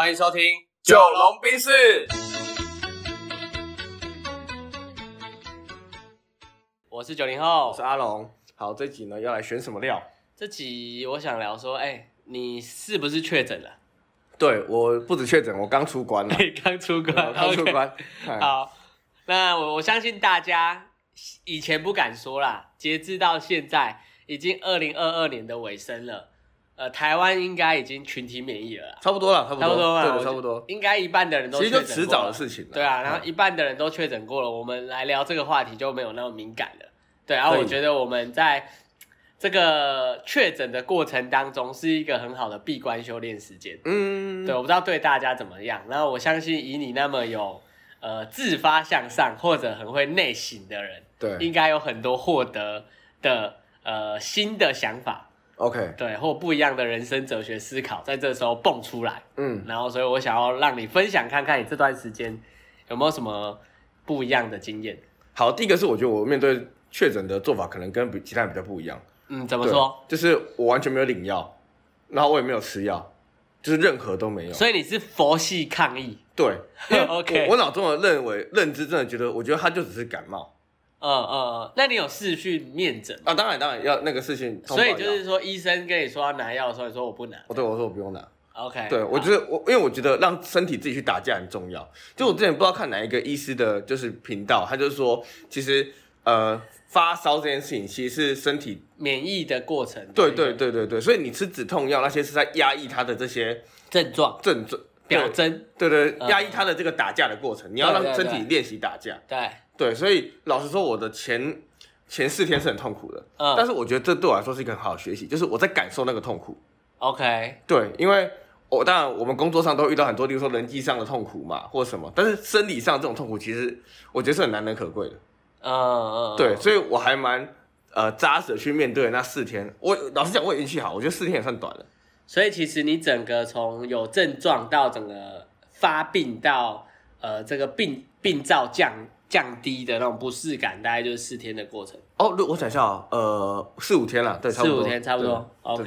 欢迎收听九龙冰室。 我是90后， 我是阿龙。好，这集呢要来选什么料？ 这集我想聊说，你是不是确诊了？ 对，我不止确诊，我刚出关了。 你刚出关， 刚出关。 好，那我相信大家以前不敢说啦，截至到现在已经2022年的尾声了。台湾应该已经群体免疫了啦， 差不多了，差不多嘛，对，差不多。 应该一半的人都确诊过了， 其实就迟早的事情了。 对啊，然后一半的人都确诊过了，我们来聊这个话题就没有那么敏感了。对，然后我觉得我们在这个确诊的过程当中是一个很好的闭关修炼时间。对，我不知道对大家怎么样。然后我相信以你那么有自发向上或者很会内省的人， 对， 应该有很多获得的新的想法。 OK， 对，或不一样的人生哲学思考，在这时候蹦出来。然后所以我想要让你分享看看你这段时间有没有什么不一样的经验。 好，第一个是我觉得我面对确诊的做法可能跟其他人比较不一样。 怎么说？ 就是我完全没有领药，然后我也没有吃药，就是任何都没有。 所以你是佛系抗疫？ 对 ，OK。 我脑中的认知真的觉得，我觉得他就只是感冒。 那你有视讯面诊啊？当然要那个事情。 所以就是说，医生跟你说要拿药的时候，你说我不拿。 对，我说我不用拿。 OK。 对，我觉得因为我觉得让身体自己去打架很重要。就我之前不知道看哪一个医师的就是频道，他就是说，其实发烧这件事情其实是身体免疫的过程。 对，所以你吃止痛药那些是在压抑它的这些症状。 表征。 对，压抑它的这个打架的过程，你要让身体练习打架。对，所以老实说，我的前4天是很痛苦的。但是我觉得这对我来说是一个很好的学习，就是我在感受那个痛苦。 OK。 对，因为当然我们工作上都遇到很多，例如说人际上的痛苦嘛，或什么，但是生理上这种痛苦，其实我觉得是很难能可贵的。对，所以我还蛮扎实的去面对那4天。我老实讲，我也运气好，我觉得4天也算短了。 所以其实你整个从有症状到整个发病到这个病灶降低的那种不适感，大概就是4天的过程。 我想一下4-5天了，对，差不多。 4-5天差不多。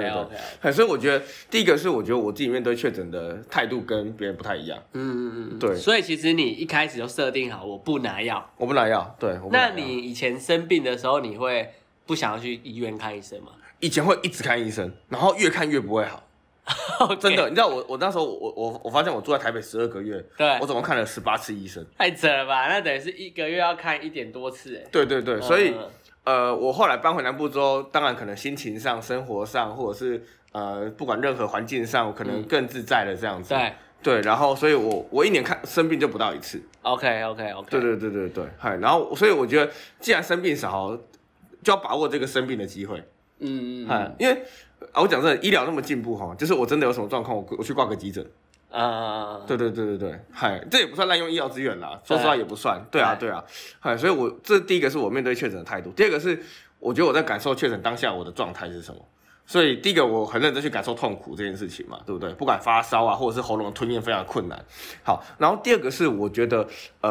OK。所以我觉得第一个是我觉得我自己面对确诊的态度跟别人不太一样。对。 所以其实你一开始就设定好，我不拿药。 我不拿药，对。 那你以前生病的时候，你会不想要去医院看医生吗？ 以前会一直看医生，然后越看越不会好。真的，你知道我那时候我发现我住在台北12个月， 对， 我总共看了18次医生， 太扯了吧？那等于是1个月要看1点多次哎。 对，所以我后来搬回南部之后，当然可能心情上、生活上，或者是不管任何环境上，我可能更自在了这样子。对，然后所以我1年生病就不到1次。 OK。 对，然后所以我觉得既然生病少，就要把握这个生病的机会。因为我讲真的，医疗那么进步哈，就是我真的有什么状况，我去挂个急诊。对，这也不算滥用医疗资源啦，说实话也不算。对啊，所以这第一个是我面对确诊的态度，第二个是我觉得我在感受确诊当下我的状态是什么。所以第一个我很认真去感受痛苦这件事情嘛，对不对？不管发烧啊，或者是喉咙吞咽非常困难。好，然后第二个是我觉得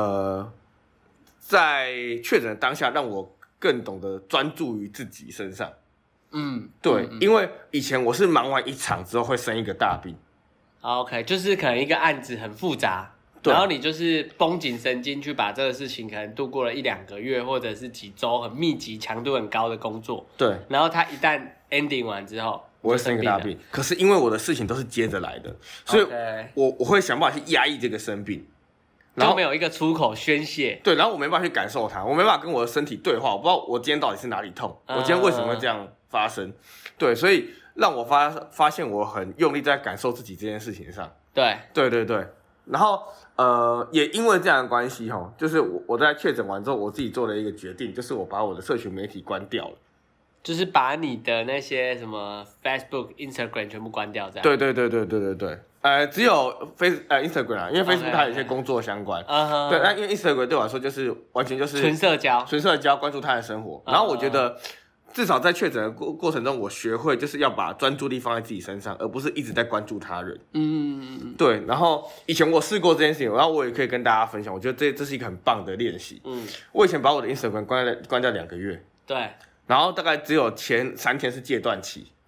在确诊的当下，让我更懂得专注于自己身上。对，因为以前我是忙完1场之后会生一个大病。 OK， 就是可能一个案子很复杂，然后你就是绷紧神经去把这个事情可能度过了1-2个月，或者是几周很密集、强度很高的工作。对，然后它一旦 ending 完之后， 我会生一个大病。可是因为我的事情都是接着来的，所以我会想办法去压抑这个生病。 然后没有一个出口宣泄。 对，然后我没办法去感受它，我没办法跟我的身体对话，我不知道我今天到底是哪里痛，我今天为什么会这样发生。对，所以让我发现我很用力在感受自己这件事情上。对，然后也因为这样的关系就是我在确诊完之后，我自己做了一个决定，就是我把我的社群媒体关掉了。 就是把你的那些什么 Facebook、Instagram 全部关掉，这样。 对，只有Instagram 啊，因为 Facebook 它有一些工作相关。对，那因为 Instagram 对我来说就是完全就是纯社交， 关注他的生活。然后我觉得至少在确诊的过程中，我学会就是要把专注力放在自己身上，而不是一直在关注他人。对。然后以前我试过这件事情，然后我也可以跟大家分享，我觉得这是一个很棒的练习。我以前把我的 Instagram 关掉2个月。对。然后大概只有前3天是戒断期，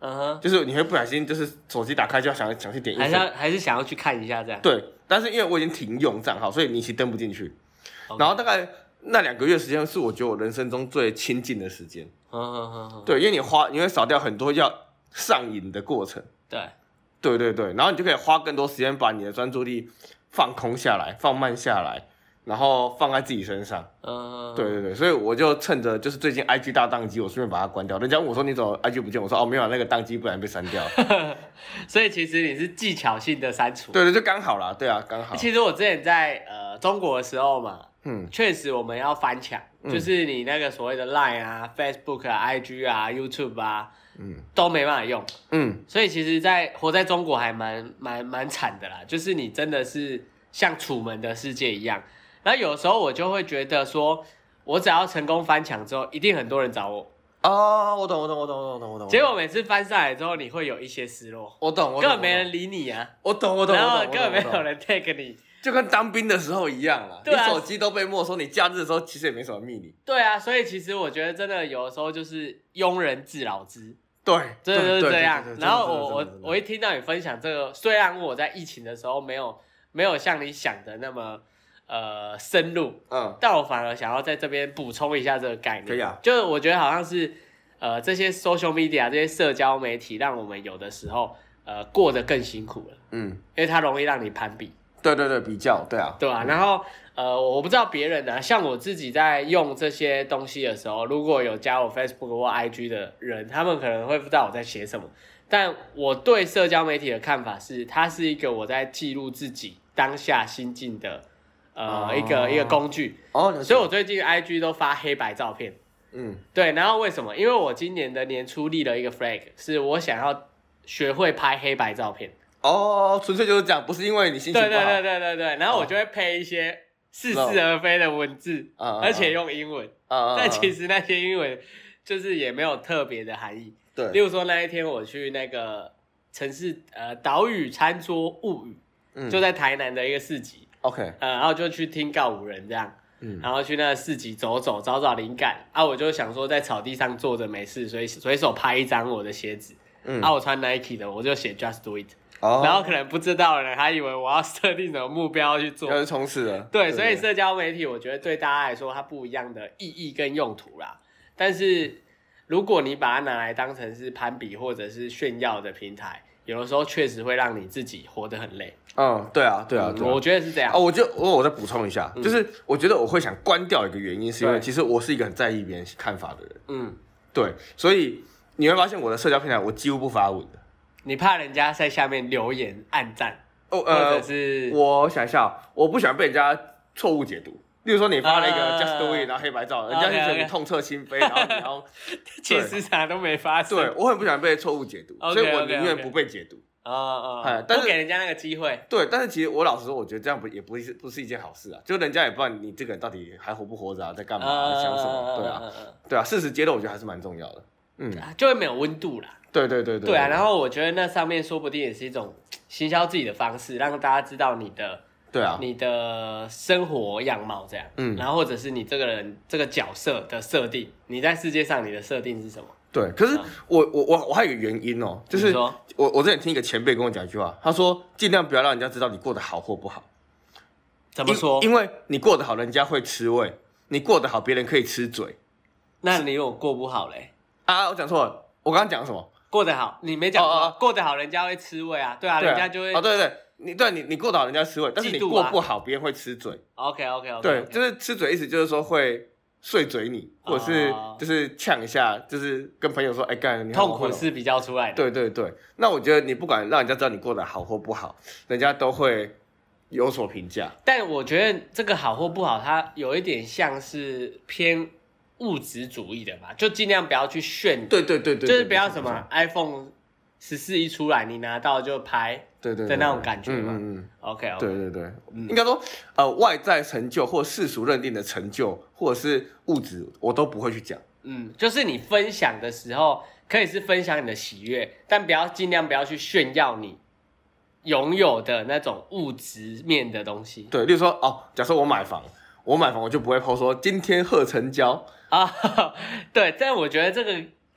就是你会不小心就是手机打开就要想去点， 还是想要去看一下这样。 对，但是因为我已经停用账号，所以你其实登不进去。然后大概那2个月时间是我觉得我人生中最亲近的时间。对，因为你会少掉很多要上瘾的过程。对，然后你就可以花更多时间把你的专注力放空下来，放慢下来。然后放在自己身上，对，所以我就趁着就是最近 IG 大宕机，我顺便把它关掉。人家问我说你怎么 IG 不见，我说哦没有，那个宕机不然被删掉。 所以其实你是技巧性的删除。 对，就刚好啦，对啊，刚好。 其实我之前在中国的时候嘛，确实我们要翻墙，就是你那个所谓的 Line 啊、Facebook 啊、IG 啊、YouTube 啊，都没办法用，所以其实活在中国还蛮惨的啦，就是你真的是像楚门的世界一样。然后有时候我就会觉得说，我只要成功翻墙之后，一定很多人找我。 我懂。 结果每次翻上来之后，你会有一些失落。 我懂， 根本没人理你啊。 我懂。 然后根本没有人 take 你， 就跟当兵的时候一样啊。你手机都被没收，你假日的时候其实也没什么密你。 对啊，所以其实我觉得真的有的时候就是庸人自扰之。 对， 真的就是这样。然后我一听到你分享这个，虽然我在疫情的时候没有像你想的那么。深入，但我反而想要在这边补充一下这个概念。 可以啊， 就是我觉得好像是，这些 social media 这些社交媒体，让我们有的时候，过得更辛苦了。因为它容易让你攀比。 对，比较，对啊， 对啊。然后，我不知道别人啊，像我自己在用这些东西的时候，如果有加我 Facebook 或 IG 的人，他们可能会不知道我在写什么。但我对社交媒体的看法是，它是一个我在记录自己当下心境的。一个工具所以我最近 IG 都发黑白照片，对，然后为什么？因为我今年的年初立了一个 flag， 是我想要学会拍黑白照片。 纯粹就是这样，不是因为你心情不好。 对，然后我就会配一些似是而非的文字，而且用英文，但其实那些英文就是也没有特别的含义。 对， 例如说那一天我去那个城市岛屿餐桌物语，就在台南的一个市集。 OK， 然后就去听告五人这样，然后去那个市集走找灵感啊，我就想说在草地上坐着没事，所以随手拍一张我的鞋子，我穿 Nike 的，我就写 Just Do It，然后可能不知道的人还以为我要设定什么目标去做， 要去冲刺了。 对，所以社交媒体我觉得对大家来说它不一样的意义跟用途啦，但是如果你把它拿来当成是攀比或者是炫耀的平台，有的时候确实会让你自己活得很累。 对啊， 我觉得是这样。 我再补充一下，就是我觉得我会想关掉一个原因，是因为其实我是一个很在意别人看法的人。对，所以你会发现我的社交平台我几乎不发文的。 你怕人家在下面留言按赞，或者是我想一下，我不喜欢被人家错误解读。例如说你发了一个 Just Do It， 然后黑白照，人家就觉得你痛彻心扉，然后你要其实啥都没发生。 对，我很不喜欢被错误解读，所以我宁愿不被解读。 但是给人家那个机会。 对，但是其实我老实说，我觉得这样也不是一件好事啊。就人家也不知道你这个人到底还活不活着啊，在干嘛，在想什么。对啊，事实揭露我觉得还是蛮重要的。 就会没有温度啦。 对啊，然后我觉得那上面说不定也是一种行销自己的方式，让大家知道你的生活样貌这样，然后或者是你这个人这个角色的设定，你在世界上你的设定是什么？对， 可是我还有一个原因就是我之前听一个前辈跟我讲一句话，他说尽量不要让人家知道你过得好或不好。 怎么说？ 因为你过得好，人家会吃味；你过得好，别人可以吃嘴。 那你有过不好嘞？ 我讲错了，我刚刚讲什么？ 过得好，你没讲错。过得好，人家会吃味啊，对啊，人家就会。 你过得好，人家吃味，但是你过不好，别人会吃嘴。 OK。 对，就是吃嘴，意思就是说会碎嘴你，或者是就是呛一下，就是跟朋友说，干你好痛苦是比较出来的。 对，那我觉得你不管让人家知道你过得好或不好，人家都会有所评价。 但我觉得这个好或不好，它有一点像是偏物质主义的嘛，就尽量不要去炫。 对， 就是不要什么 iPhone 14一出来，你拿到就拍。对的那种感觉嘛。OK。对， 应该说外在成就或世俗认定的成就，或者是物质，我都不会去讲。 就是你分享的时候，可以是分享你的喜悦，但尽量不要去炫耀你拥有的那种物质面的东西。 对，例如说假设我买房我就不会 po 说今天贺成交对，但我觉得这个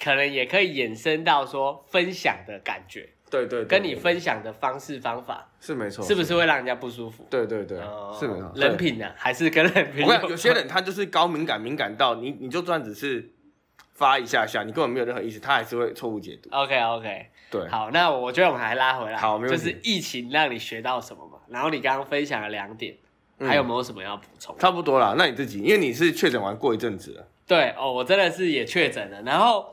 可能也可以衍生到说分享的感觉， 对对， 跟你分享的方式方法是没错， 是不是会让人家不舒服？ 对对对，是没错。 人品啊，还是跟人品。 我跟你讲，有些人他就是高敏感，敏感到你就算只是发一下下，你根本没有任何意思，他还是会错误解读。 OK， 对， 好，那我觉得我们还拉回来， 好，没问题。 就是疫情让你学到什么嘛？然后你刚刚分享了2点，还有没有什么要补充？ 差不多啦，那你自己，因为你是确诊完过一阵子了。 对哦，我真的是也确诊了，然后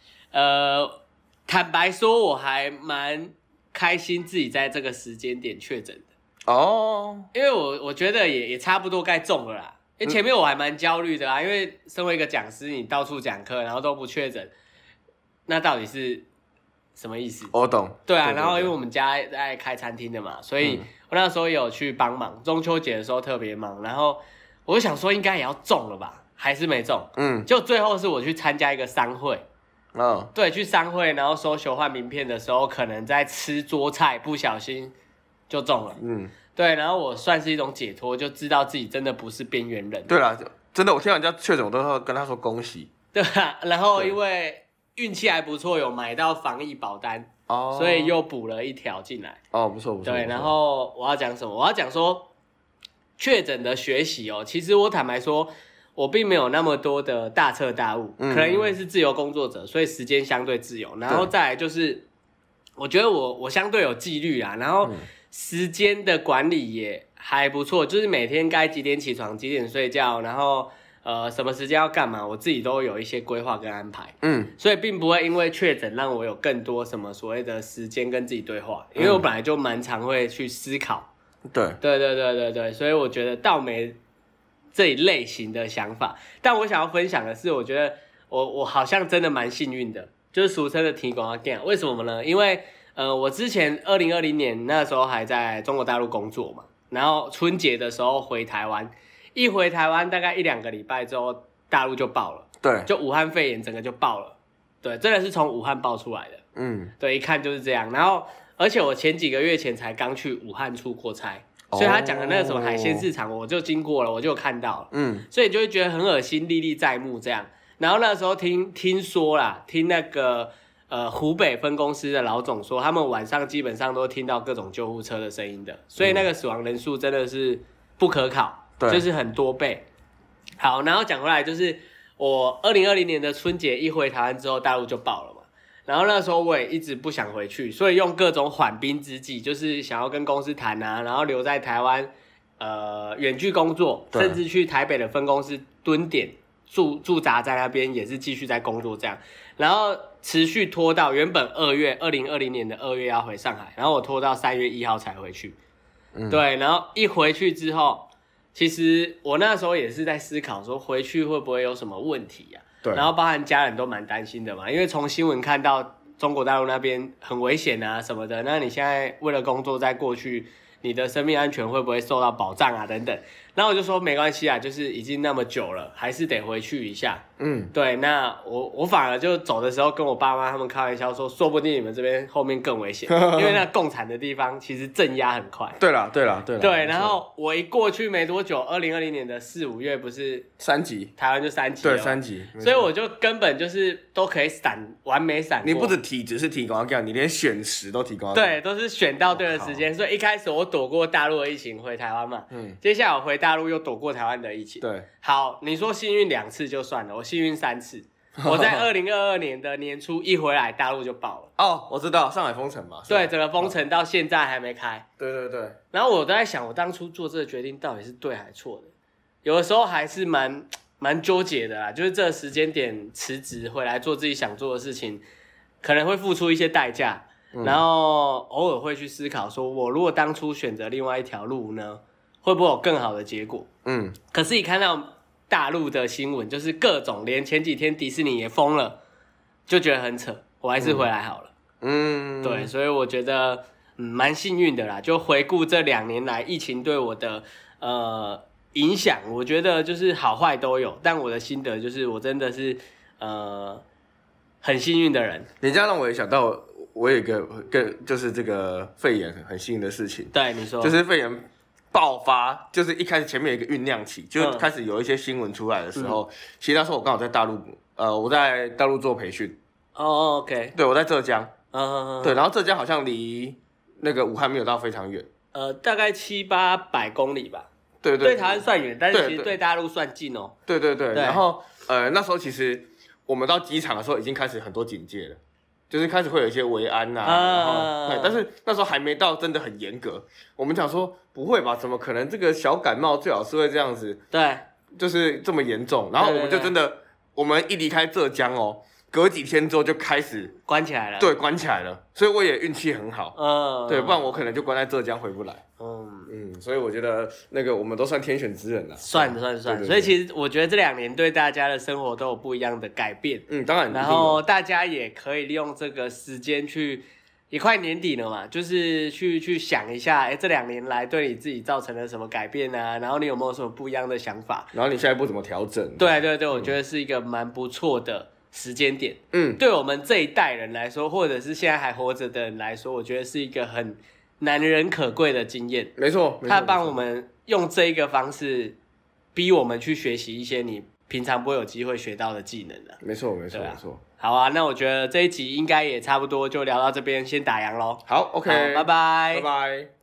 坦白说，我还蛮开心自己在这个时间点确诊的哦， 因为我觉得也差不多该中了啦。因为前面我还蛮焦虑的啊，因为身为一个讲师，你到处讲课，然后都不确诊，那到底是什么意思？ 我懂。 对啊，然后因为我们家在开餐厅的嘛，所以我那时候也有去帮忙，中秋节的时候特别忙，然后我就想说应该也要中了吧，还是没中。就最后是我去参加一个商会。对，去商会，然后social换名片的时候，可能在吃桌菜，不小心就中了。对，然后我算是一种解脱，就知道自己真的不是边缘人。 对啦，真的，我听人家确诊，我都会跟他说恭喜。 对啊，然后因为运气还不错，有买到防疫保单，所以又补了一条进来。 不错不错。 对，然后我要讲什么？我要讲说确诊的学习哦，其实我坦白说，我并没有那么多的大彻大悟，可能因为是自由工作者，所以时间相对自由。然后再来就是，我觉得我相对有纪律啦，然后时间的管理也还不错，就是每天该几点起床，几点睡觉，然后什么时间要干嘛，我自己都有一些规划跟安排。所以并不会因为确诊让我有更多什么所谓的时间跟自己对话，因为我本来就蛮常会去思考。对，所以我觉得倒没这一类型的想法，但我想要分享的是，我觉得我好像真的蛮幸运的，就是俗称的提供啊 gain。为什么呢？因为我之前2020年那时候还在中国大陆工作嘛，然后春节的时候回台湾，一回台湾大概1-2个礼拜之后，大陆就爆了， 对， 就武汉肺炎整个就爆了，对，真的是从武汉爆出来的，对，一看就是这样。然后而且我前几个月前才刚去武汉出过差。所以他讲的那个什么海鲜市场，我就经过了，我就有看到了，所以就会觉得很恶心，历历在目这样。然后那时候听说啦，听那个湖北分公司的老总说，他们晚上基本上都听到各种救护车的声音的，所以那个死亡人数真的是不可考，就是很多倍。好，然后讲回来，就是我2020年的春节一回台湾之后，大陆就爆了嘛。然后那时候我也一直不想回去，所以用各种缓兵之计，就是想要跟公司谈啊，然后留在台湾，远距工作，甚至去台北的分公司蹲点驻扎在那边，也是继续在工作这样。然后持续拖到原本2020年的2月要回上海，然后我拖到3月1号才回去。对，然后一回去之后，其实我那时候也是在思考说，回去会不会有什么问题啊？然后包含家人都蛮担心的嘛，因为从新闻看到中国大陆那边很危险啊什么的，那你现在为了工作再过去，你的生命安全会不会受到保障啊等等。然后我就说没关系啊，就是已经那么久了，还是得回去一下。对，那我反而就走的时候跟我爸妈他们开玩笑说，说不定你们这边后面更危险，因为那共产的地方其实镇压很快。对，然后我一过去没多久，2020年的4、5月不是 3级， 台湾就3级了， 对，3级， 所以我就根本就是都可以完美闪过。 你不止体质是提高掉，你连选时都提高掉， 对，都是选到对的时间。所以一开始我躲过大陆的疫情回台湾嘛，接下来我回大陆又躲过台湾的疫情。 对， 好，你说幸运2次就算了，我幸运3次。我在2022年的年初一回来，大陆就爆了。 我知道上海封城嘛。 对，整个封城到现在还没开。 对。 然后我都在想，我当初做这个决定到底是对还是错的？有的时候还是蛮纠结的啦，就是这个时间点辞职回来做自己想做的事情，可能会付出一些代价。然后偶尔会去思考，说我如果当初选择另外一条路呢，会不会有更好的结果？可是一看到大陆的新闻，就是各种，连前几天迪士尼也封了，就觉得很扯，我还是回来好了。对，所以我觉得蛮幸运的啦。就回顾这2年来疫情对我的影响，我觉得就是好坏都有，但我的心得就是我真的是很幸运的人。 你这样让我也想到，我有一个就是这个肺炎很幸运的事情。 对，你说， 就是肺炎爆发，就是一开始前面有一个酝酿期，就开始有一些新闻出来的时候，其实那时候我刚好在大陆，我在大陆做培训， 哦，OK， 对，我在浙江， 嗯， 对，然后浙江好像离那个武汉没有到非常远， 大概700-800公里吧。 对， 对台湾算远，但是其实对大陆算近哦。 对，然后那时候其实我们到机场的时候已经开始很多警戒了。就是开始会有一些维安然后但是那时候还没到真的很严格。我们讲说不会吧，怎么可能这个小感冒最好是会这样子？ 对， 就是这么严重。然后我们就真的，我们一离开浙江哦，隔几天之后就开始关起来了。 对，关起来了。所以我也运气很好，对，不然我可能就关在浙江回不来。所以我觉得那个我们都算天选之人了。 算。所以其实我觉得这2年对大家的生活都有不一样的改变。 当然。 然后大家也可以利用这个时间去，也快年底了嘛，就是去想一下，这2年来对你自己造成了什么改变啊？然后你有没有什么不一样的想法？ 然后你下一步怎么调整？ 对，我觉得是一个蛮不错的时间点。对我们这一代人来说，或者是现在还活着的人来说，我觉得是一个很难能可贵的经验。 没错， 他帮我们用这一个方式，逼我们去学习一些你平常不会有机会学到的技能了。 没错。 好啊，那我觉得这一集应该也差不多就聊到这边，先打烊咯。 好 ，OK， 拜拜。